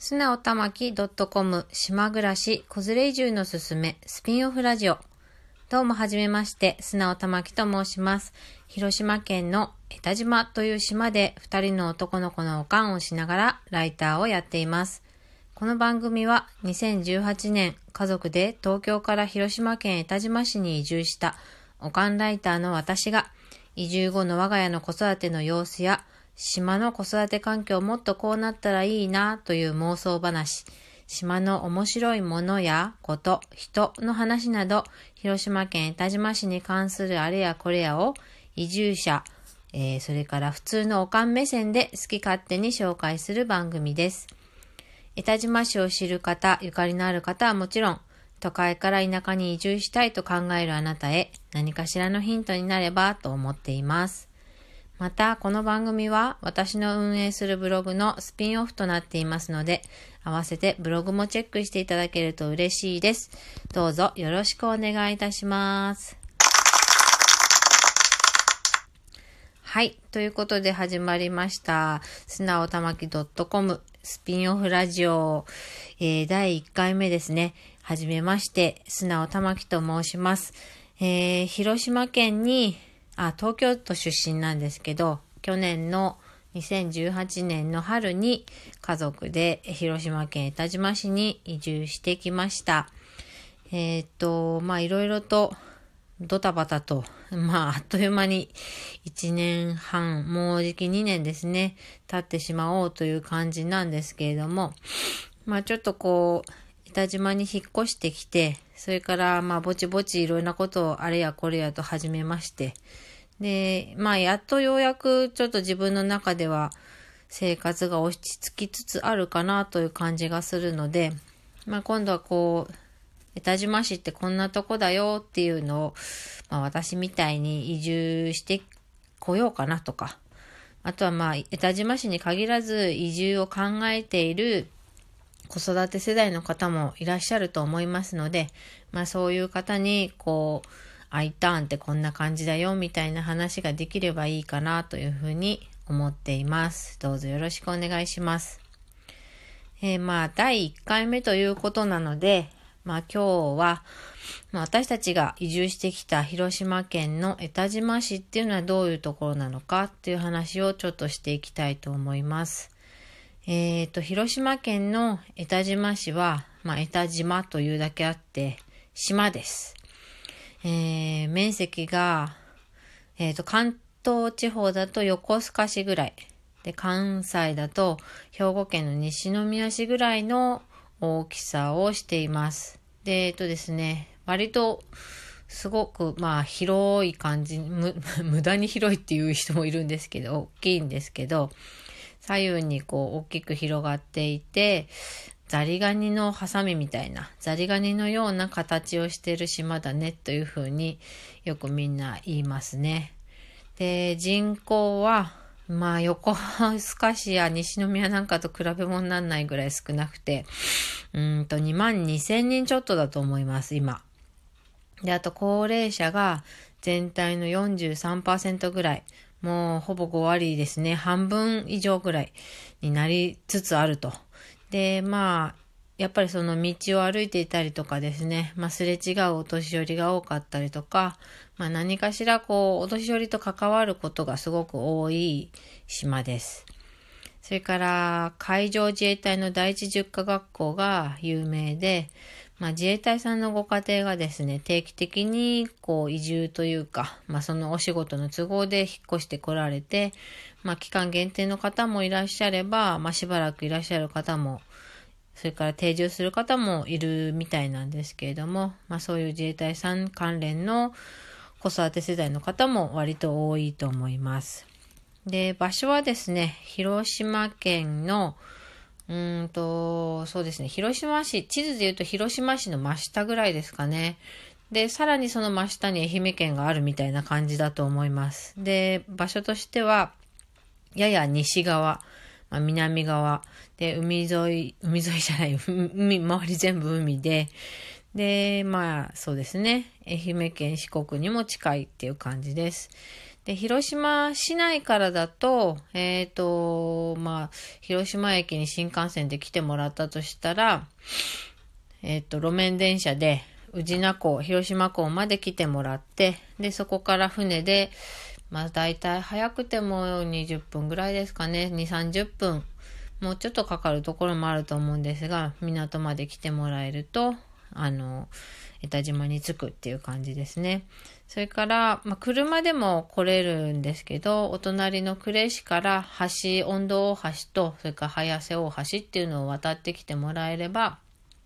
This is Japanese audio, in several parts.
すなおたまき .com 島暮らし子連れ移住のすすめスピンオフラジオ。どうもはじめまして、すなおたまきと申します。広島県の江田島という島で2人の男の子のおかんをしながらライターをやっています。この番組は2018年家族で東京から広島県江田島市に移住したおかんライターの私が移住後の我が家の子育ての様子や島の子育て環境もっとこうなったらいいなという妄想話、島の面白いものやこと、人の話など、広島県江田島市に関するあれやこれやを移住者、それから普通のおかん目線で好き勝手に紹介する番組です。江田島市を知る方、ゆかりのある方はもちろん、都会から田舎に移住したいと考えるあなたへ何かしらのヒントになればと思っています。また、この番組は私の運営するブログのスピンオフとなっていますので、合わせてブログもチェックしていただけると嬉しいです。どうぞよろしくお願いいたします。はい、ということで始まりました。すなおたまき .com スピンオフラジオ、第1回目ですね。はじめまして、すなおたまきと申します。広島県に東京都出身なんですけど、去年の2018年の春に家族で広島県江田島市に移住してきました。いろいろとドタバタと、あっという間に1年半、もうじき2年ですね、経ってしまおうという感じなんですけれども、ちょっと江田島に引っ越してきて、それからぼちぼちいろんなことをあれやこれやと始めまして、で、やっとようやくちょっと自分の中では生活が落ち着きつつあるかなという感じがするので、今度は江田島市ってこんなとこだよっていうのを、私みたいに移住してこようかなとか、あとは江田島市に限らず移住を考えている子育て世代の方もいらっしゃると思いますので、そういう方にIターンってこんな感じだよみたいな話ができればいいかなというふうに思っています。どうぞよろしくお願いします。第1回目ということなので、今日は、私たちが移住してきた広島県の江田島市っていうのはどういうところなのかっていう話をちょっとしていきたいと思います。広島県の江田島市は、江田島というだけあって島です。面積が、関東地方だと横須賀市ぐらいで、関西だと兵庫県の西宮市ぐらいの大きさをしています。で、ですね、割とすごく広い感じ、無駄に広いっていう人もいるんですけど、大きいんですけど、左右に大きく広がっていて、ザリガニのハサミみたいな、ザリガニのような形をしている島だねというふうによくみんな言いますね。で、人口は横須賀市や西宮なんかと比べ物にならないぐらい少なくて、2万2000人ちょっとだと思います、今。で、あと高齢者が全体の 43% ぐらい、もうほぼ5割ですね、半分以上ぐらいになりつつあると。で、やっぱりその道を歩いていたりとかですね、すれ違うお年寄りが多かったりとか、何かしらお年寄りと関わることがすごく多い島です。それから海上自衛隊の第一塾科学校が有名で、自衛隊さんのご家庭がですね、定期的に移住というか、そのお仕事の都合で引っ越してこられて、期間限定の方もいらっしゃれば、しばらくいらっしゃる方も、それから定住する方もいるみたいなんですけれども、そういう自衛隊さん関連の子育て世代の方も割と多いと思います。で、場所はですね、広島県のそうですね、広島市、地図で言うと広島市の真下ぐらいですかね。で、さらにその真下に愛媛県があるみたいな感じだと思います。で、場所としては、やや西側、南側で、海沿いじゃない、周り全部海で、で、そうですね、愛媛県四国にも近いっていう感じです。 で、広島市内からだと、広島駅に新幹線で来てもらったとしたら、路面電車で宇品港、広島港まで来てもらって、で、そこから船で、だいたい早くても20分ぐらいですかね、2、30分、もうちょっとかかるところもあると思うんですが、港まで来てもらえると、江田島に着くっていう感じですね。それから、車でも来れるんですけど、お隣の呉市から恩洞大橋と、それから早瀬大橋っていうのを渡ってきてもらえれば、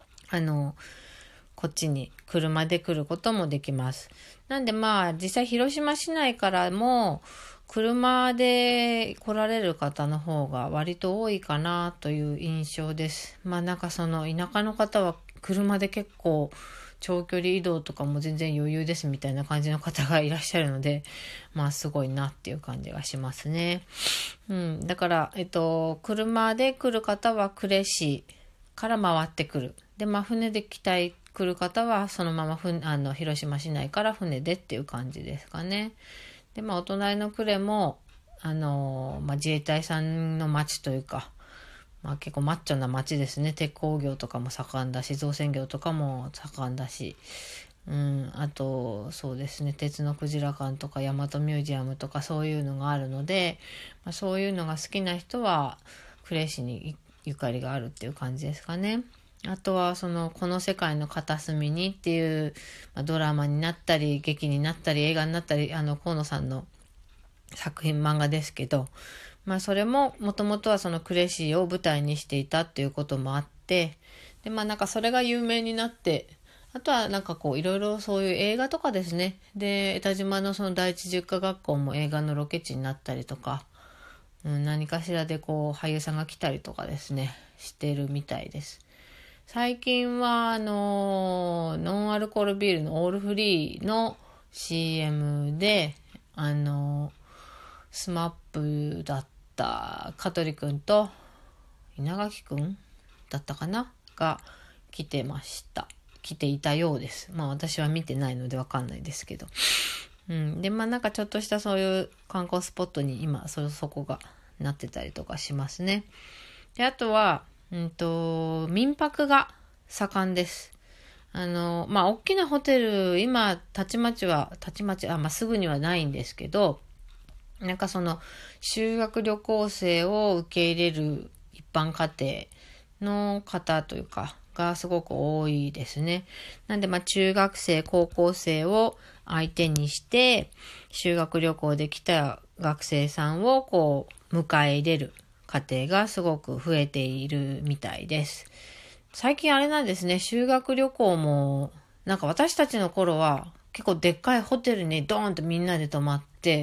こっちに車で来ることもできます。なんで実際広島市内からも、車で来られる方の方が割と多いかなという印象です。田舎の方は車で結構長距離移動とかも全然余裕ですみたいな感じの方がいらっしゃるので、すごいなっていう感じがしますね。だから、車で来る方は呉市から回ってくる。で、船で来る方はそのまま広島市内から船でっていう感じですかね。で、お隣の呉も、自衛隊さんの町というか、結構マッチョな町ですね。鉄鋼業とかも盛んだし、造船業とかも盛んだし、あと、そうですね、鉄のクジラ館とか大和ミュージアムとかそういうのがあるので、そういうのが好きな人は、呉市にゆかりがあるっていう感じですかね。あとは、この世界の片隅にっていう、ドラマになったり、劇になったり、映画になったり、河野さんの作品、漫画ですけど、それも、もともとはその呉市を舞台にしていたっていうこともあって、で、それが有名になって、あとはいろいろそういう映画とかですね。で、江田島のその第一塾科学校も映画のロケ地になったりとか、何かしらで俳優さんが来たりとかですね、してるみたいです。最近は、ノンアルコールビールのオールフリーの CM で、スマップだった香取くんと稲垣くんだったかなが来ていたようです。私は見てないのでわかんないですけど。で、ちょっとしたそういう観光スポットに今、そこがなってたりとかしますね。で、あとは、民泊が盛んです。大きなホテル、今、たちまち、すぐにはないんですけど、修学旅行生を受け入れる一般家庭の方というか、がすごく多いですね。なんで、中学生、高校生を相手にして、修学旅行で来た学生さんを迎え入れる家庭がすごく増えているみたいです。最近あれなんですね、修学旅行も、私たちの頃は結構でっかいホテルにドーンとみんなで泊まって、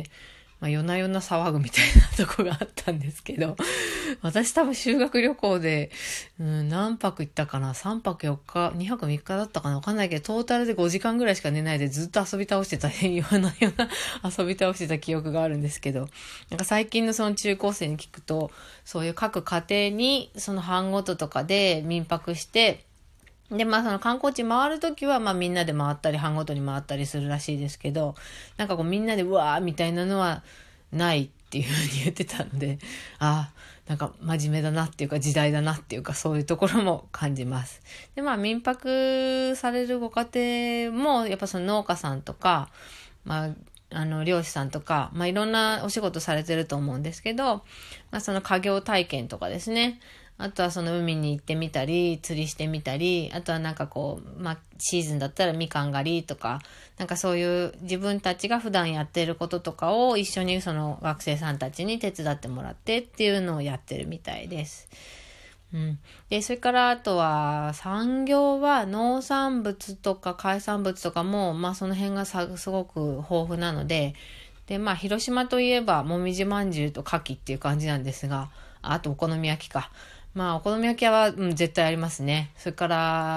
夜な夜な騒ぐみたいなとこがあったんですけど、私多分修学旅行で、何泊行ったかな ?3 泊4日、2泊3日だったかなわかんないけど、トータルで5時間ぐらいしか寝ないでずっと遊び倒してた、夜な夜な遊び倒してた記憶があるんですけど、最近のその中高生に聞くと、そういう各家庭にその班ごととかで民泊して、で、その観光地回るときは、みんなで回ったり、班ごとに回ったりするらしいですけど、みんなでうわーみたいなのはないっていうふうに言ってたので、真面目だなっていうか、時代だなっていうか、そういうところも感じます。で、民泊されるご家庭も、やっぱその農家さんとか、漁師さんとか、いろんなお仕事されてると思うんですけど、その家業体験とかですね、あとはその海に行ってみたり、釣りしてみたり、あとはシーズンだったらみかん狩りとか、そういう自分たちが普段やっていることとかを一緒にその学生さんたちに手伝ってもらってっていうのをやってるみたいです。で、それからあとは産業は農産物とか海産物とかも、その辺がすごく豊富なので、で、広島といえばもみじまんじゅうと牡蠣っていう感じなんですが、あとお好み焼きか。お好み焼き屋は、絶対ありますね。それから、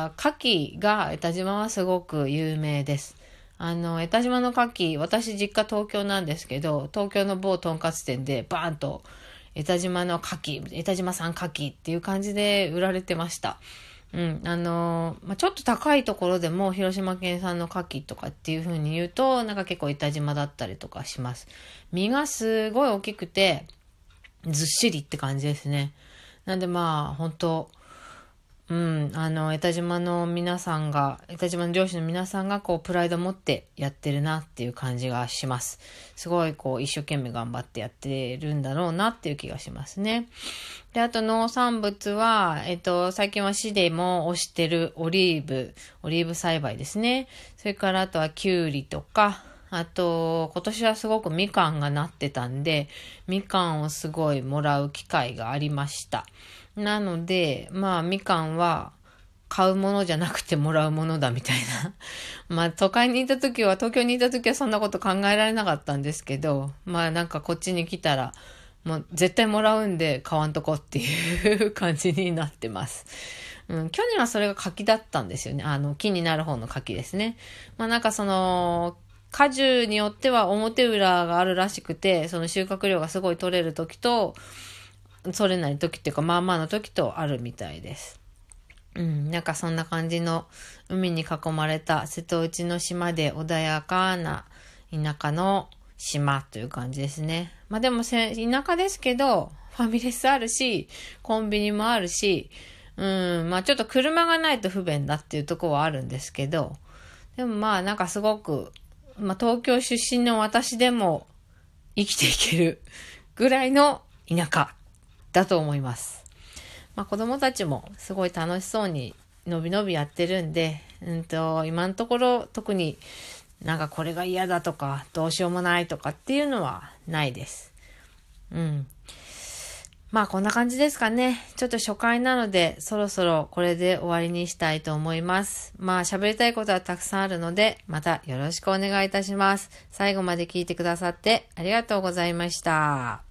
牡蠣が江田島はすごく有名です。江田島の牡蠣、私実家東京なんですけど、東京の某とんかつ店でバーンと江田島の牡蠣、江田島産牡蠣っていう感じで売られてました。 ちょっと高いところでも広島県産の牡蠣とかっていう風に言うと、なんか結構板島だったりとかします。身がすごい大きくて、ずっしりって感じですね。なんで本当江島の皆さんが、江島の漁師の皆さんがプライド持ってやってるなっていう感じがします。すごい一生懸命頑張ってやってるんだろうなっていう気がしますね。で、あと農産物は、最近は市でも推してるオリーブ栽培ですね。それからあとはキュウリとか、あと、今年はすごくみかんがなってたんで、みかんをすごいもらう機会がありました。なので、みかんは買うものじゃなくてもらうものだみたいな。東京にいた時はそんなこと考えられなかったんですけど、なんかこっちに来たら、もう絶対もらうんで買わんとこっていう感じになってます。去年はそれが柿だったんですよね。木になる方の柿ですね。果樹によっては表裏があるらしくて、その収穫量がすごい取れる時と、取れない時っていうか、の時とあるみたいです。なんかそんな感じの海に囲まれた瀬戸内の島で穏やかな田舎の島という感じですね。でも田舎ですけど、ファミレスあるし、コンビニもあるし、ちょっと車がないと不便だっていうところはあるんですけど、でもなんかすごく、東京出身の私でも生きていけるぐらいの田舎だと思います。子供たちもすごい楽しそうにのびのびやってるんで、今のところ特になんかこれが嫌だとかどうしようもないとかっていうのはないです。こんな感じですかね。ちょっと初回なのでそろそろこれで終わりにしたいと思います。喋りたいことはたくさんあるのでまたよろしくお願いいたします。最後まで聞いてくださってありがとうございました。